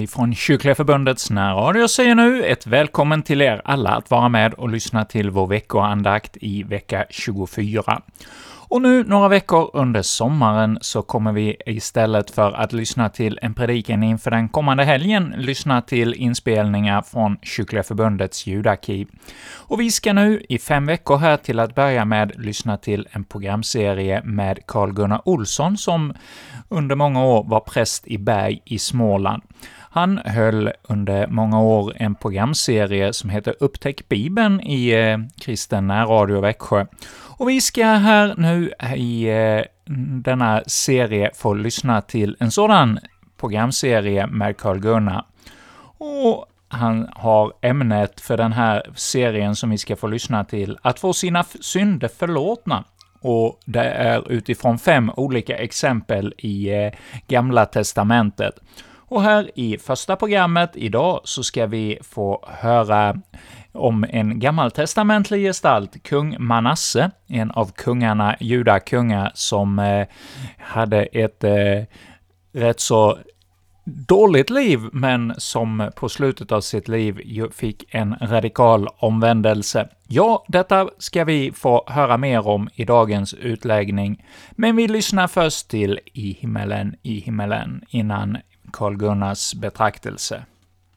vi från Kyrkliga Förbundets närradio säger nu ett välkommen till er alla att vara med och lyssna till vår veckoandakt i vecka 24. Och nu några veckor under sommaren så kommer vi istället för att lyssna till en predikan inför den kommande helgen lyssna till inspelningar från Kyrkliga Förbundets ljudarkiv. Och vi ska nu i 5 veckor här till att börja med lyssna till en programserie med Carl-Gunnar Olsson som under många år var präst i Berg i Småland. Han höll under många år en programserie som heter Upptäck Bibeln i Kristen närradio Växjö. Och vi ska här nu i denna serie få lyssna till en sådan programserie med Carl-Gunnar. Och han har ämnet för den här serien som vi ska få lyssna till att få sina synder förlåtna. Och det är utifrån 5 olika exempel i Gamla testamentet. Och här i första programmet idag så ska vi få höra om en gammaltestamentlig gestalt, kung Manasse, en av kungarna, judakungar, som hade ett rätt så dåligt liv, men som på slutet av sitt liv fick en radikal omvändelse. Ja, detta ska vi få höra mer om i dagens utläggning, men vi lyssnar först till I himmelen, innan Carl-Gunnars betraktelse.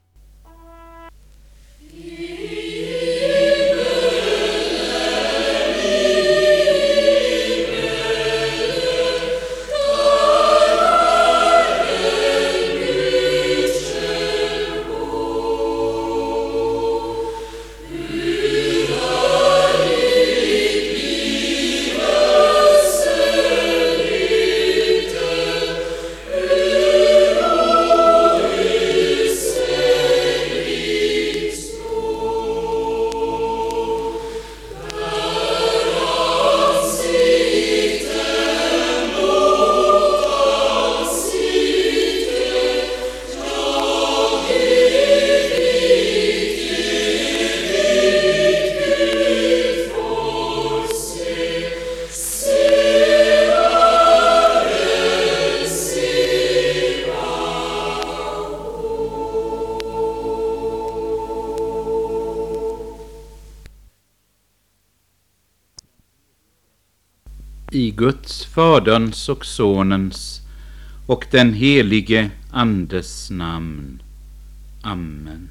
I Guds, Faderns och Sonens och den helige Andes namn. Amen.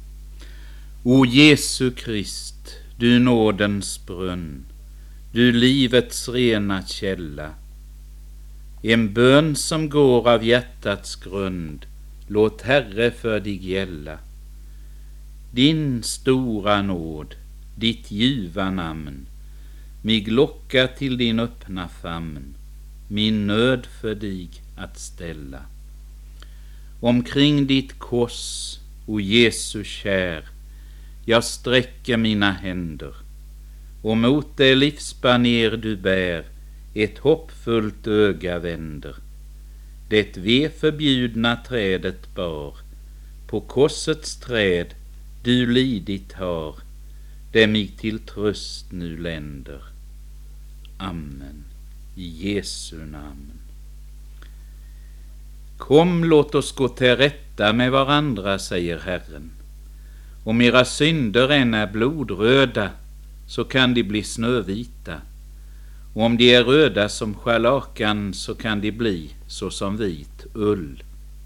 O Jesu Krist, du nådens brunn, du livets rena källa. En bön som går av hjärtats grund, låt Herre för dig gälla. Din stora nåd, ditt ljuva namn, mig locka till din öppna famn, min nöd för dig att ställa. Omkring ditt kors, o Jesu kär, jag sträcker mina händer, och mot det livsbaner du bär, ett hoppfullt öga vänder. Det ve förbjudna trädet bar, på korsets träd du lidit har, det mig till tröst nu länder. Amen. I Jesu namn. Kom, låt oss gå till rätta med varandra, säger Herren. Om era synder än är blodröda, så kan de bli snövita. Och om de är röda som scharlakan, så kan de bli så som vit ull.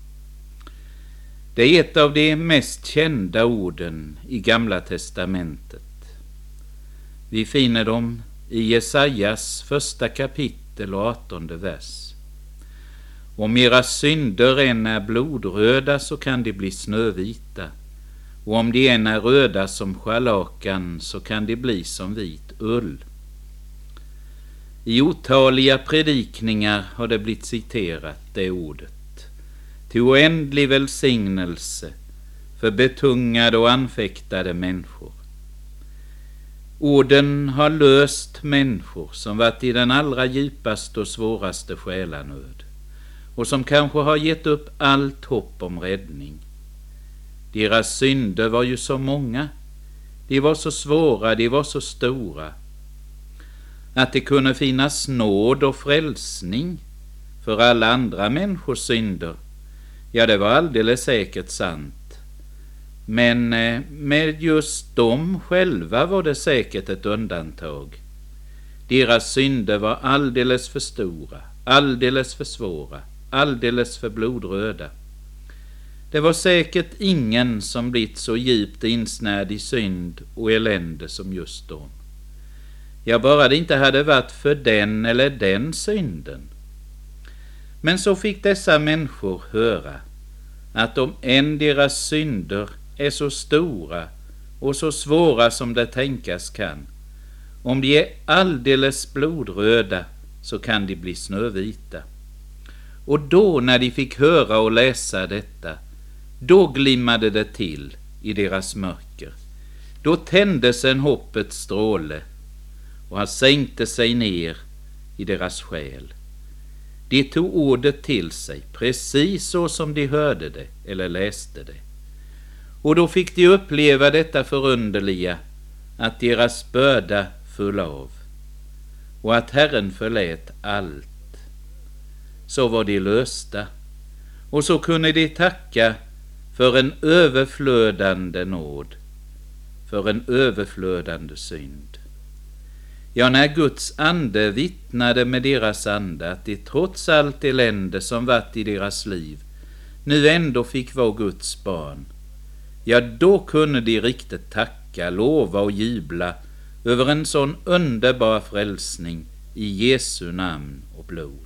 Det är ett av de mest kända orden i Gamla testamentet. Vi finner dem i Jesajas 1 kapitel och 18 vers. Om era synder än är blodröda, så kan de bli snövita. Och om de än är röda som scharlakan, så kan de bli som vit ull. I otaliga predikningar har det blivit citerat det ordet, till oändlig välsignelse för betungade och anfäktade människor. Orden har löst människor som varit i den allra djupaste och svåraste själanöd, och som kanske har gett upp allt hopp om räddning. Deras synder var ju så många, de var så svåra, de var så stora, att det kunde finnas nåd och frälsning för alla andra människors synder, Ja, det var alldeles säkert sant. Men med just dem själva var det säkert ett undantag. Deras synder var alldeles för stora, alldeles för svåra, alldeles för blodröda. Det var säkert ingen som blivit så djupt insnärd i synd och elände som just de. Ja, bara det inte hade varit för den eller den synden. Men så fick dessa människor höra att om än deras synder är så stora och så svåra som det tänkas kan, om de är alldeles blodröda så kan de bli snövita. Och då när de fick höra och läsa detta, då glimmade det till i deras mörker. Då tändes en hoppets stråle och han sänkte sig ner i deras själ. De tog ordet till sig precis så som de hörde det eller läste det. Och då fick de uppleva detta förunderliga, att deras börda föll av och att Herren förlät allt. Så var de lösta och så kunde de tacka för en överflödande nåd, för en överflödande synd. Ja, när Guds ande vittnade med deras ande att de trots allt elände som varit i deras liv nu ändå fick vara Guds barn, ja, då kunde de riktigt tacka, lova och jubla över en sån underbar frälsning i Jesu namn och blod.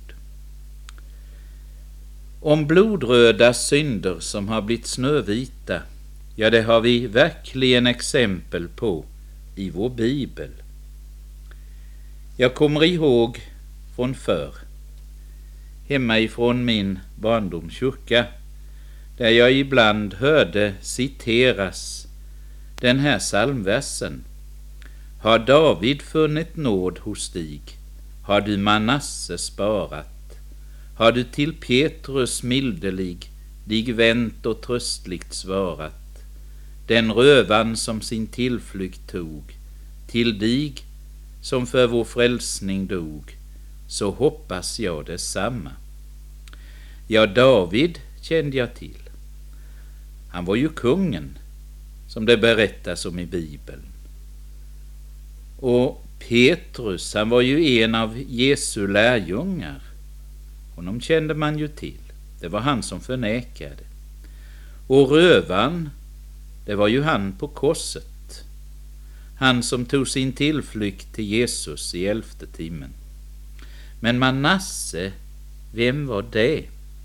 Om blodröda synder som har blivit snövita, ja, det har vi verkligen exempel på i vår bibel. Jag kommer ihåg från förr, hemma ifrån min barndomskyrka, där jag ibland hörde citeras den här psalmversen: Har David funnit nåd hos dig? Har du Manasse sparat? Har du till Petrus mildelig dig vänt och tröstligt svarat? Den rövan som sin tillflykt tog till dig som för vår frälsning dog, så hoppas jag detsamma. Ja, David kände jag till. Han var ju kungen, som det berättas om i Bibeln. Och Petrus, han var ju en av Jesu lärjungar. Honom kände man ju till. Det var han som förnekade. Och rövan, det var ju han på korset. Han som tog sin tillflykt till Jesus i 11:e timmen. Men Manasse, vem var det?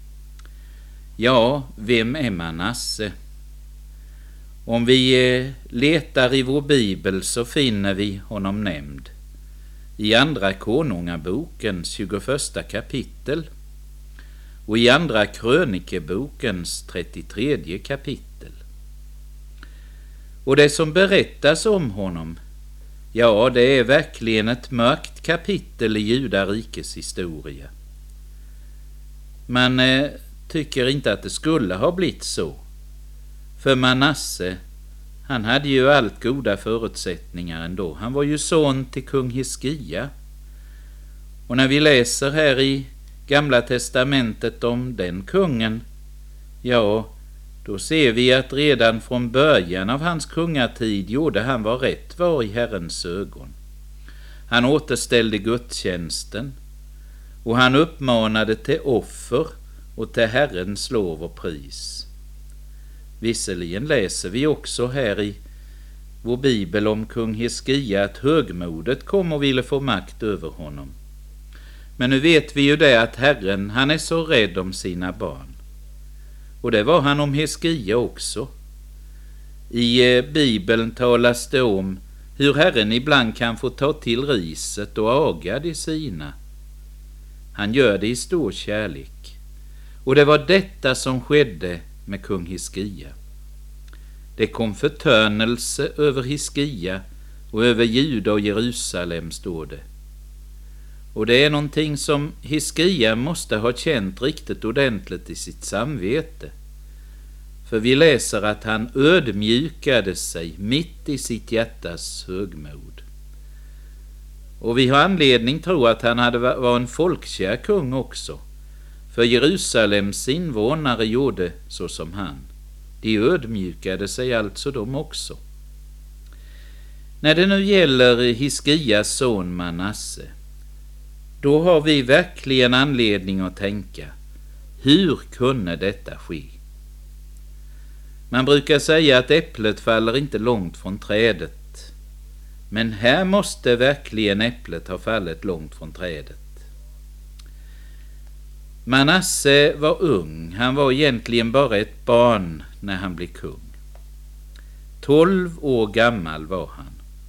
Ja, vem är Manasse? Om vi letar i vår bibel så finner vi honom nämnd i Andra Konungabokens 21 kapitel och i Andra Krönikebokens 33 kapitel. Och det som berättas om honom, ja, det är verkligen ett mörkt kapitel i Judarikes historia. Man tycker inte att det skulle ha blivit så. För Manasse, han hade ju allt goda förutsättningar ändå. Han var ju son till kung Hiskia. Och när vi läser här i Gamla testamentet om den kungen, ja, då ser vi att redan från början av hans kungatid gjorde han vad rätt var i Herrens ögon. Han återställde gudstjänsten och han uppmanade till offer och till Herrens lov och pris. Visserligen läser vi också här i vår bibel om kung Hiskia att högmodet kom och ville få makt över honom. Men nu vet vi ju det att Herren, han är så rädd om sina barn. Och det var han om Hiskia också. I Bibeln talas det om hur Herren ibland kan få ta till riset och aga de sina. Han gör det i stor kärlek. Och det var detta som skedde med kung Hiskia. Det kom förtörnelse över Hiskia och över Juda och Jerusalem, står det. Och det är någonting som Hiskia måste ha känt riktigt ordentligt i sitt samvete. För vi läser att han ödmjukade sig mitt i sitt hjärtas högmod. Och vi har anledning tro att han var en folkkär kung också. för Jerusalems invånare gjorde så som han. De ödmjukade sig alltså de också. När det nu gäller Hiskias son Manasse, då har vi verkligen anledning att tänka, hur kunde detta ske? Man brukar säga att äpplet faller inte långt från trädet, men här måste verkligen äpplet ha fallit långt från trädet. Manasse var ung, han var egentligen bara ett barn när han blev kung. 12 år gammal var han.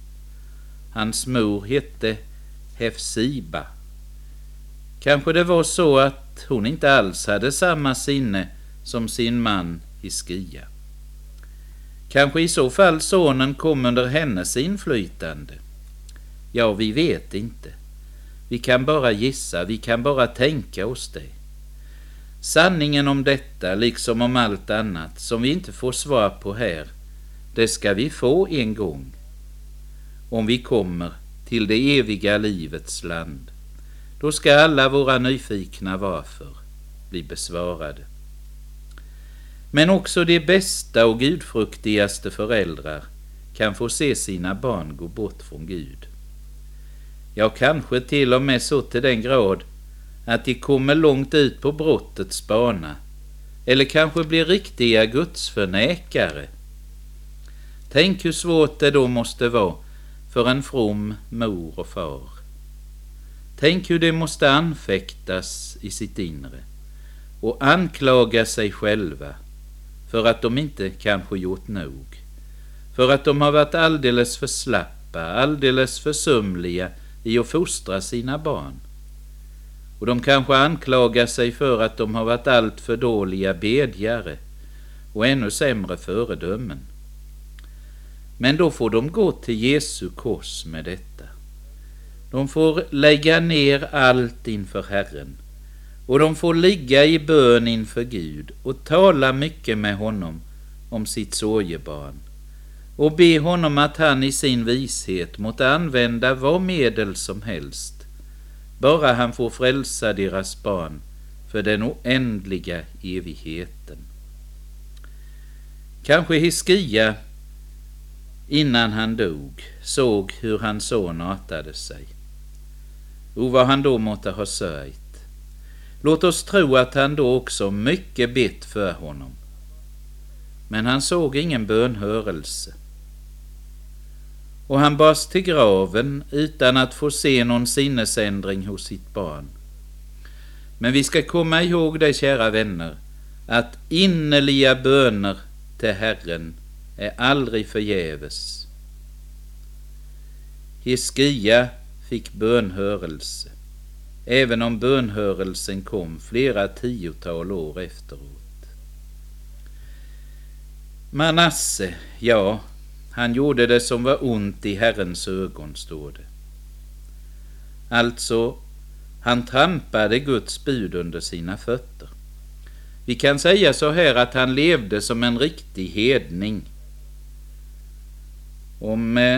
Hans mor hette Hefsiba. Kanske det var så att hon inte alls hade samma sinne som sin man Hiskia. Kanske i så fall sonen kom under hennes inflytande. Ja, vi vet inte. Vi kan bara gissa, vi kan bara tänka oss det. Sanningen om detta, liksom om allt annat som vi inte får svar på här, det ska vi få en gång. Om vi kommer till det eviga livets land, då ska alla våra nyfikna varför bli besvarade. Men också de bästa och gudfruktigaste föräldrar kan få se sina barn gå bort från Gud. Ja, kanske till och med så till den grad att de kommer långt ut på brottets bana, eller kanske blir riktiga gudsförnekare. Tänk hur svårt det då måste vara för en from mor och far. Tänk hur det måste anfäktas i sitt inre och anklaga sig själva för att de inte kanske gjort nog, för att de har varit alldeles för slappa, alldeles försumliga i att fostra sina barn. Och de kanske anklagar sig för att de har varit allt för dåliga bedjare och ännu sämre föredömen. Men då får de gå till Jesu kors med detta. De får lägga ner allt inför Herren. Och de får ligga i bön inför Gud och tala mycket med honom om sitt sorgebarn. Och be honom att han i sin vishet måtte använda vad medel som helst. Bara han får frälsa deras barn för den oändliga evigheten. Kanske Hiskia innan han dog såg hur hans son artade sig. Och vad han då måtte ha sörjt. Låt oss tro att han då också mycket bett för honom. Men han såg ingen bönhörelse. Och han bars till graven utan att få se någon sinnesändring hos sitt barn. Men vi ska komma ihåg det, kära vänner, att innerliga böner till Herren är aldrig förgäves. Hiskia fick bönhörelse, även om bönhörelsen kom flera 10-tal år efteråt. Manasse, ja, han gjorde det som var ont i Herrens ögon, står det. Alltså, han trampade Guds bud under sina fötter. Vi kan säga så här att han levde som en riktig hedning. Om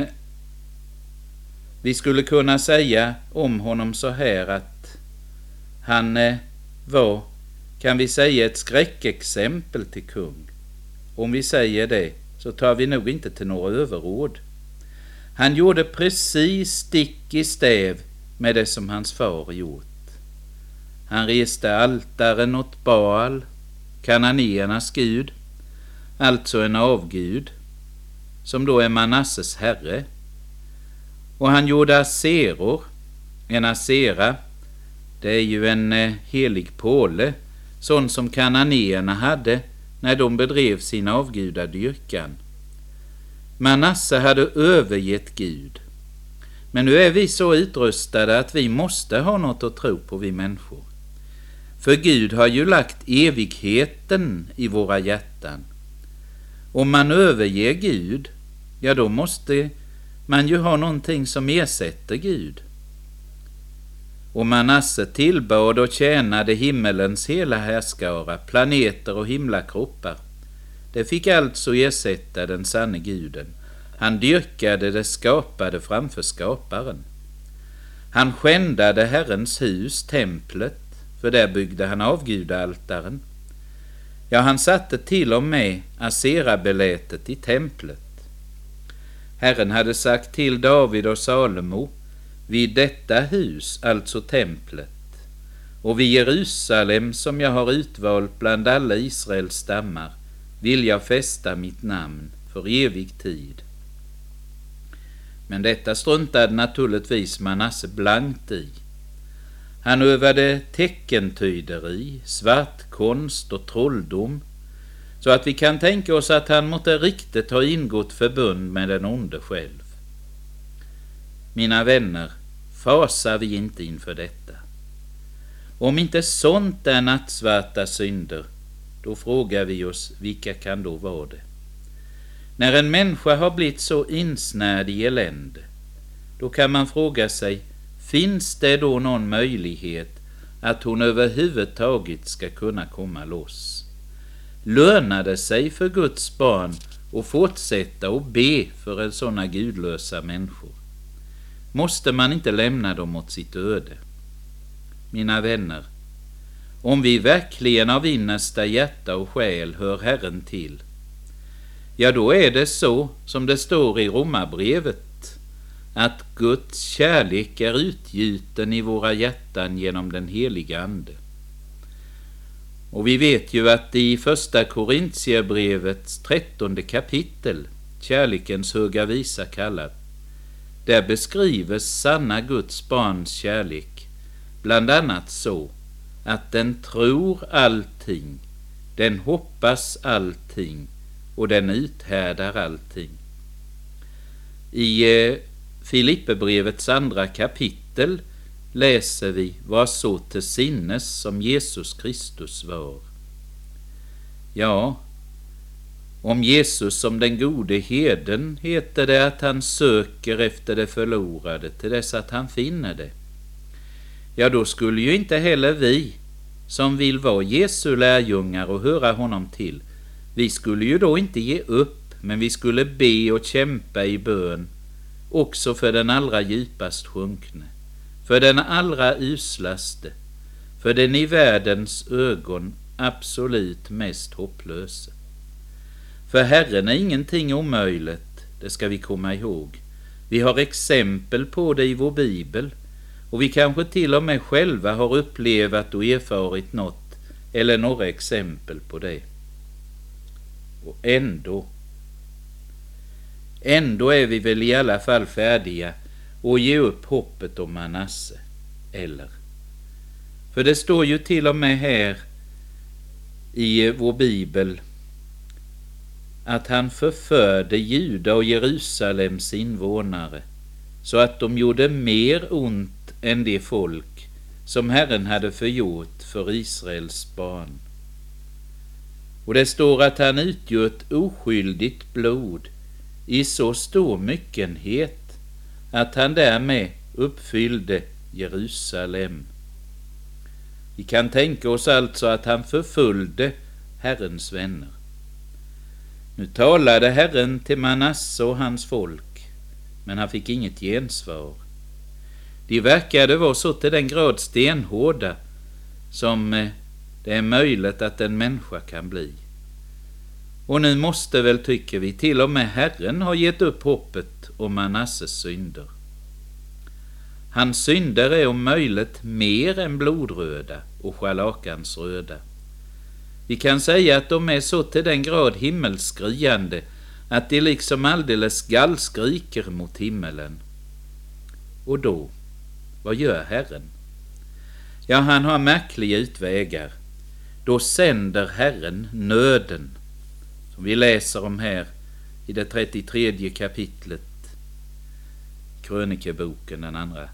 vi skulle kunna säga om honom så här att han var, kan vi säga, ett skräckexempel till kung. Om vi säger det så tar vi nog inte till några överord. Han gjorde precis stick i stäv med det som hans far gjort. Han reste altaren åt Baal, kananéernas gud, alltså en avgud, som då är Manasses herre. Och han gjorde aseror. En asera, det är ju en helig påle, sån som kananéerna hade när de bedrev sin avgudadyrkan. Manasse hade övergett Gud. Men nu är vi så utrustade att vi måste ha något att tro på, vi människor. För Gud har ju lagt evigheten i våra hjärtan. Om man överger Gud, ja då måste man ju ha någonting som ersätter Gud. Och Manasse tillbad och tjänade himmelens hela härskara, planeter och himlakroppar. Det fick alltså ersätta den sanne guden. Han dyrkade det skapade framför skaparen. Han skändade Herrens hus, templet, för där byggde han avgudaaltaren. Ja, han satte till och med Asera-belätet i templet. Herren hade sagt till David och Salomo: vid detta hus, alltså templet, och vid Jerusalem som jag har utvalt bland alla Israels stammar, vill jag fästa mitt namn för evig tid. Men detta struntade naturligtvis Manasse blankt i. Han övade teckentyderi, svartkonst och trolldom, så att vi kan tänka oss att han måtte riktigt ha ingått förbund med den onde själv. Mina vänner, fasar vi inte inför detta? Om inte sånt är nattsvarta synder, då frågar vi oss, vilka kan då vara det? När en människa har blivit så insnärd i elände, då kan man fråga sig, finns det då någon möjlighet att hon överhuvudtaget ska kunna komma loss? Lönar det sig för Guds barn att fortsätta och be för en sådana gudlösa människor? Måste man inte lämna dem åt sitt öde? Mina vänner, om vi verkligen av innersta hjärta och själ hör Herren till, ja, då är det så som det står i Romarbrevet, att Guds kärlek är utgjuten i våra hjärtan genom den heliga Ande. Och vi vet ju att i första Korintierbrevets 13 kapitel, kärlekens höga visa kallat, där beskrives sanna Guds barns kärlek, bland annat så att den tror allting, den hoppas allting och den uthärdar allting. I Filipperbrevets 2 kapitel läser vi: var så till sinnes som Jesus Kristus var. Ja, om Jesus som den gode herden heter det att han söker efter det förlorade till dess att han finner det. Ja, då skulle ju inte heller vi som vill vara Jesu lärjungar och höra honom till, vi skulle ju då inte ge upp, men vi skulle be och kämpa i bön också för den allra djupast sjunkne, för den allra uslaste, för den i världens ögon absolut mest hopplöse. För Herren är ingenting omöjligt, det ska vi komma ihåg. Vi har exempel på det i vår bibel, och vi kanske till och med själva har upplevat och erfarit något eller några exempel på det. Och ändå är vi väl i alla fall färdiga att ge upp hoppet om Manasse, eller? För det står ju till och med här i vår bibel att han förförde Juda och Jerusalems invånare så att de gjorde mer ont än det folk som Herren hade förgjort för Israels barn. Och det står att han utgjöt oskyldigt blod i så stor myckenhet att han därmed uppfyllde Jerusalem. Vi kan tänka oss alltså att han förföljde Herrens vänner. Nu talade Herren till Manasse och hans folk, men han fick inget gensvar. De verkade vara så till den grad stenhårda som det är möjligt att en människa kan bli. Och nu måste väl, tycker vi, till och med Herren ha gett upp hoppet om Manasses synder. Hans synder är om möjligt mer än blodröda och scharlakansröda. Vi kan säga att de är så till den grad himmelskriande att de liksom alldeles gallskriker mot himmelen. Och då, vad gör Herren? Ja, han har märkliga utvägar. Då sänder Herren nöden, som vi läser om här i det 33 kapitlet, krönikeboken den andra.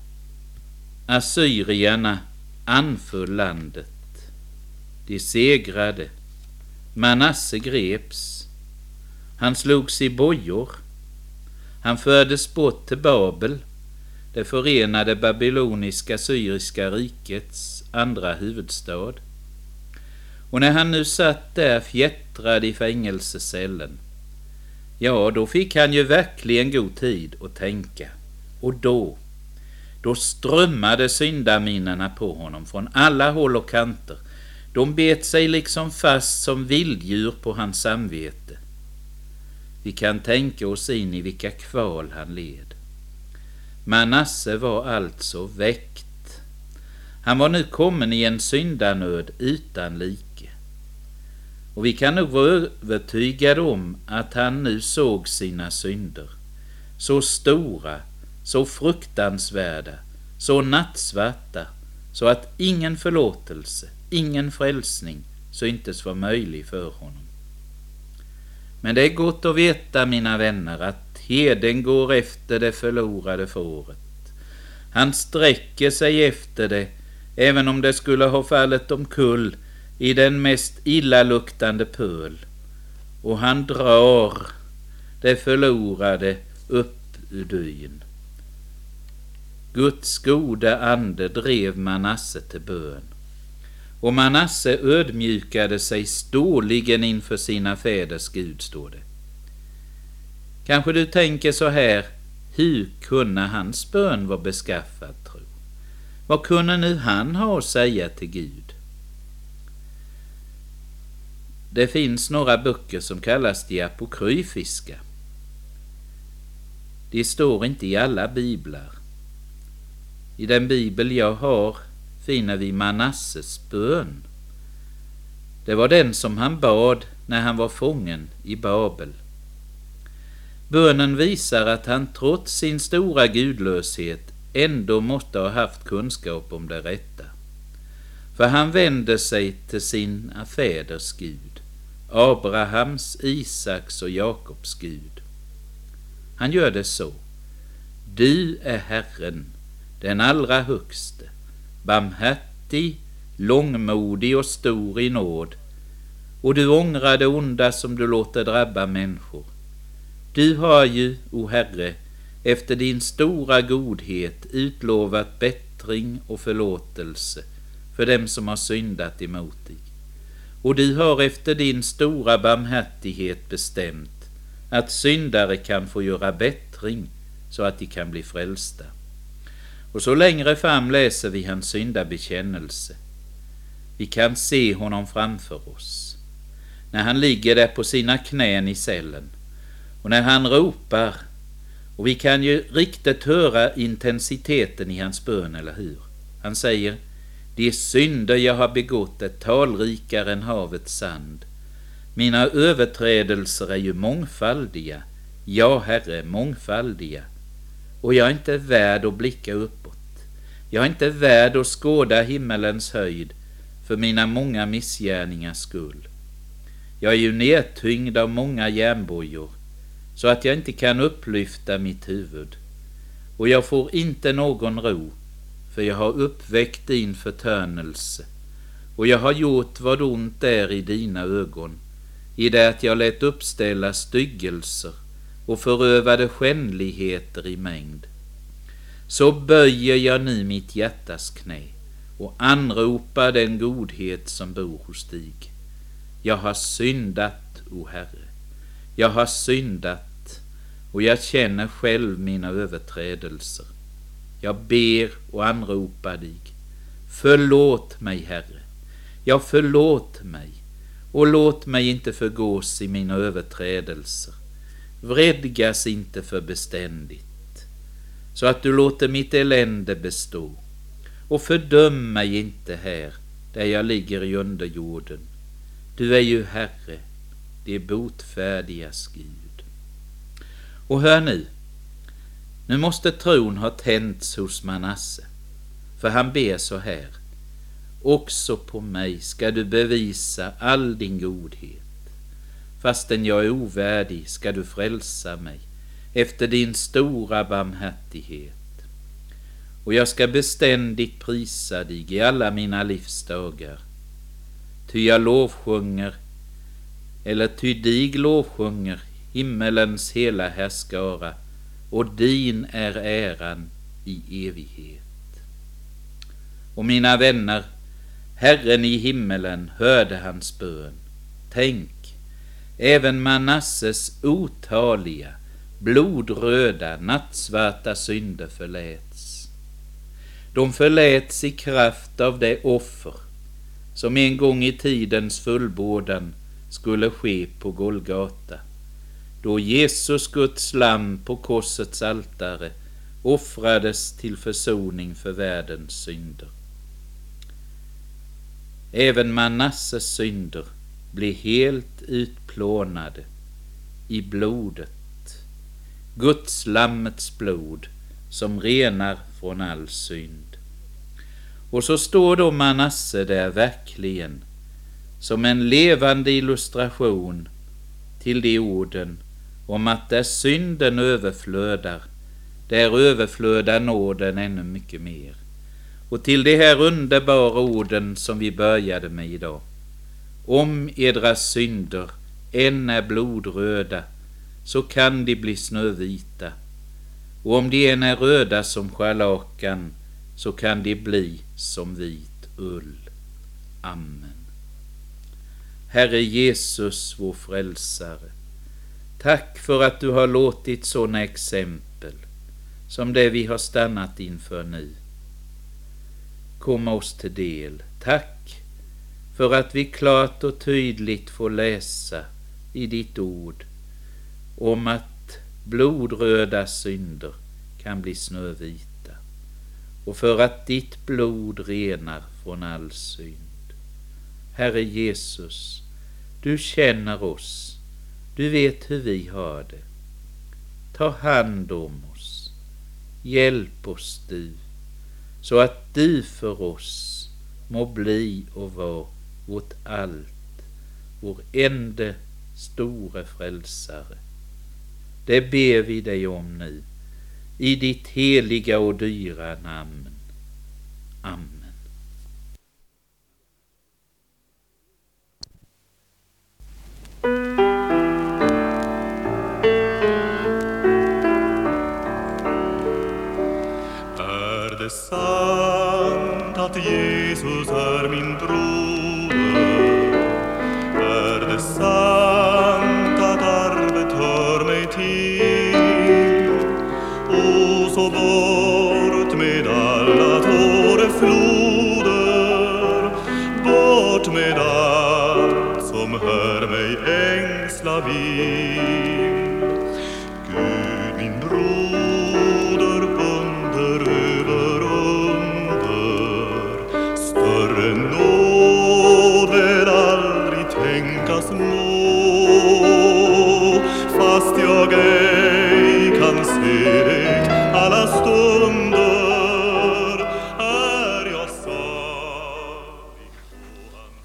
Assyrierna anföll landet. De segrade. Manasse greps. Han slogs i bojor. Han fördes bort till Babel, det förenade babyloniska syriska rikets andra huvudstad. Och när han nu satt där fjättrad i fängelsecellen, ja, då fick han ju verkligen god tid att tänka. Och då Då strömmade syndaminerna på honom från alla håll och kanter. De bet sig liksom fast som vilddjur på hans samvete. Vi kan tänka oss in i vilka kval han led. Manasse var alltså väckt. Han var nu kommen i en syndanöd utan like. Och vi kan nog vara övertygade om att han nu såg sina synder. Så stora, så fruktansvärda, så nattsvarta, så att ingen förlåtelse, ingen frälsning syntes vara möjlig för honom. Men det är gott att veta, mina vänner, att herden går efter det förlorade fåret. Han sträcker sig efter det, även om det skulle ha fallit omkull i den mest illaluktande pöl. Och han drar det förlorade upp ur dyn. Guds goda ande drev Manasse till bön. Och Manasse ödmjukade sig ståligen inför sina fäders Gud, står det. Kanske du tänker så här: hur kunde hans bön vara beskaffad, tro? Vad kunde nu han ha att säga till Gud? Det finns några böcker som kallas de apokryfiska. De står inte i alla biblar. I den bibel jag har finner vi Manasses bön. Det var den som han bad när han var fången i Babel. Bönen visar att han trots sin stora gudlöshet ändå måste ha haft kunskap om det rätta. För han vände sig till sina fäders Gud, Abrahams, Isaks och Jakobs Gud. Han gör det så: du är Herren, den allra högste, barmhärtig, långmodig och stor i nåd, och du ångrar det onda som du låter drabba människor. Du har ju, o Herre, efter din stora godhet utlovat bättring och förlåtelse för dem som har syndat emot dig. Och du har efter din stora barmhärtighet bestämt att syndare kan få göra bättring så att de kan bli frälsta. Och så längre fram läser vi hans syndabekännelse. Vi kan se honom framför oss, när han ligger där på sina knän i cellen, och när han ropar, och vi kan ju riktigt höra intensiteten i hans bön, eller hur? Han säger: de synder jag har begått är talrikare än havets sand. Mina överträdelser är ju mångfaldiga, ja, Herre, mångfaldiga. Och jag är inte värd att blicka uppåt. Jag är inte värd att skåda himmelens höjd för mina många missgärningars skull. Jag är ju nedtyngd av många järnbojor, så att jag inte kan upplyfta mitt huvud. Och jag får inte någon ro, för jag har uppväckt din förtörnelse, och jag har gjort vad ont är i dina ögon, i det att jag lät uppställa styggelser och förövade skändligheter i mängd. Så böjer jag nu mitt hjärtas knä och anropar den godhet som bor hos dig. Jag har syndat, o Herre, jag har syndat, och jag känner själv mina överträdelser. Jag ber och anropar dig. Förlåt mig, Herre, ja, förlåt mig, och låt mig inte förgås i mina överträdelser. Vredgas inte för beständigt, så att du låter mitt elände bestå, och fördöm mig inte här där jag ligger i underjorden. Du är ju Herre, det botfärdigas Gud. Och hör nu måste tron ha tänts hos Manasse, för han ber så här: också på mig ska du bevisa all din godhet. Fastän jag är ovärdig ska du frälsa mig efter din stora barmhärtighet. Och jag ska beständigt prisa dig i alla mina livsdagar. Ty jag lovsjunger, eller ty dig lovsjunger himmelens hela härskara, och din är äran i evighet. Och mina vänner, Herren i himmelen hörde hans bön. Tänk, även Manasses otaliga, blodröda, nattsvarta synder förläts. De förläts i kraft av det offer som en gång i tidens fullbordan skulle ske på Golgata, då Jesus, Guds lamm, på korsets altare offrades till försoning för världens synder. Även Manasses synder blir helt utplånade i blodet, Guds lammets blod som renar från all synd. Och så står då Manasse där verkligen som en levande illustration till de orden om att där synden överflödar, där överflödar nåden ännu mycket mer. Och till de här underbara orden som vi började med idag: om edra synder än är blodröda, så kan de bli snövita, och om de än är röda som scharlakan, så kan de bli som vit ull. Amen. Herre Jesus, vår frälsare, tack för att du har låtit sådana exempel som det vi har stannat inför nu komma oss till del. Tack för att vi klart och tydligt får läsa i ditt ord om att blodröda synder kan bli snövita, och för att ditt blod renar från all synd. Herre Jesus, du känner oss, du vet hur vi har det. Ta hand om oss, hjälp oss du, så att du för oss må bli och vara vårt allt, vår ende store frälsare. Det ber vi dig om nu, i ditt heliga och dyra namn. Amen. Är det sant att Jesus är min broder? Är det sant att arvet hör mig till? Och så bort med alla tårefloder, bort med allt som hör mig ängsla vill. Gud, min broder, under över under, större nåd väl aldrig tänkas må, fast jag ej kan se dig alla stunder, är jag salig på hans.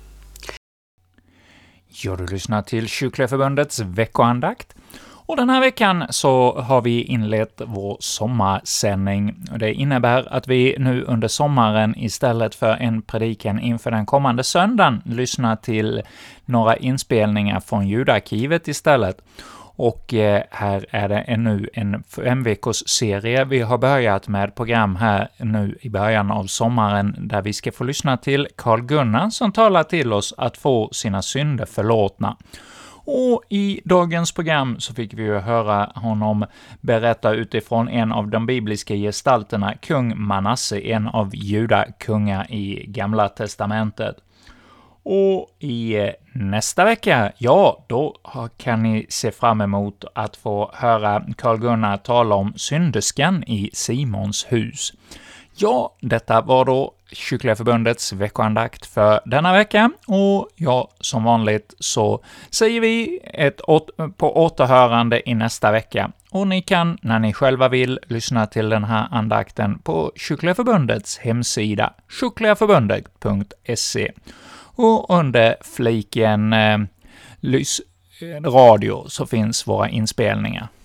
Ja, du lyssnar till Kyrkliga Förbundets veckoandakt. Och den här veckan så har vi inlett vår sommarsändning. Det innebär att vi nu under sommaren istället för en predikan inför den kommande söndagen lyssnar till några inspelningar från ljudarkivet istället. Och här är det nu en 5-veckors serie. Vi har börjat med program här nu i början av sommaren där vi ska få lyssna till Carl Gunnar som talar till oss att få sina synder förlåtna. Och i dagens program så fick vi ju höra honom berätta utifrån en av de bibliska gestalterna, kung Manasse, en av judakungar i Gamla testamentet. Och i nästa vecka, ja, då kan ni se fram emot att få höra Carl Gunnar tala om synderskan i Simons hus. Ja, detta var då Kyrkliga Förbundets veckoandakt för denna vecka, och ja, som vanligt så säger vi på återhörande i nästa vecka. Och ni kan, när ni själva vill, lyssna till den här andakten på Kyrkliga Förbundets hemsida, kyrkligaförbundet.se. Och under fliken radio så finns våra inspelningar.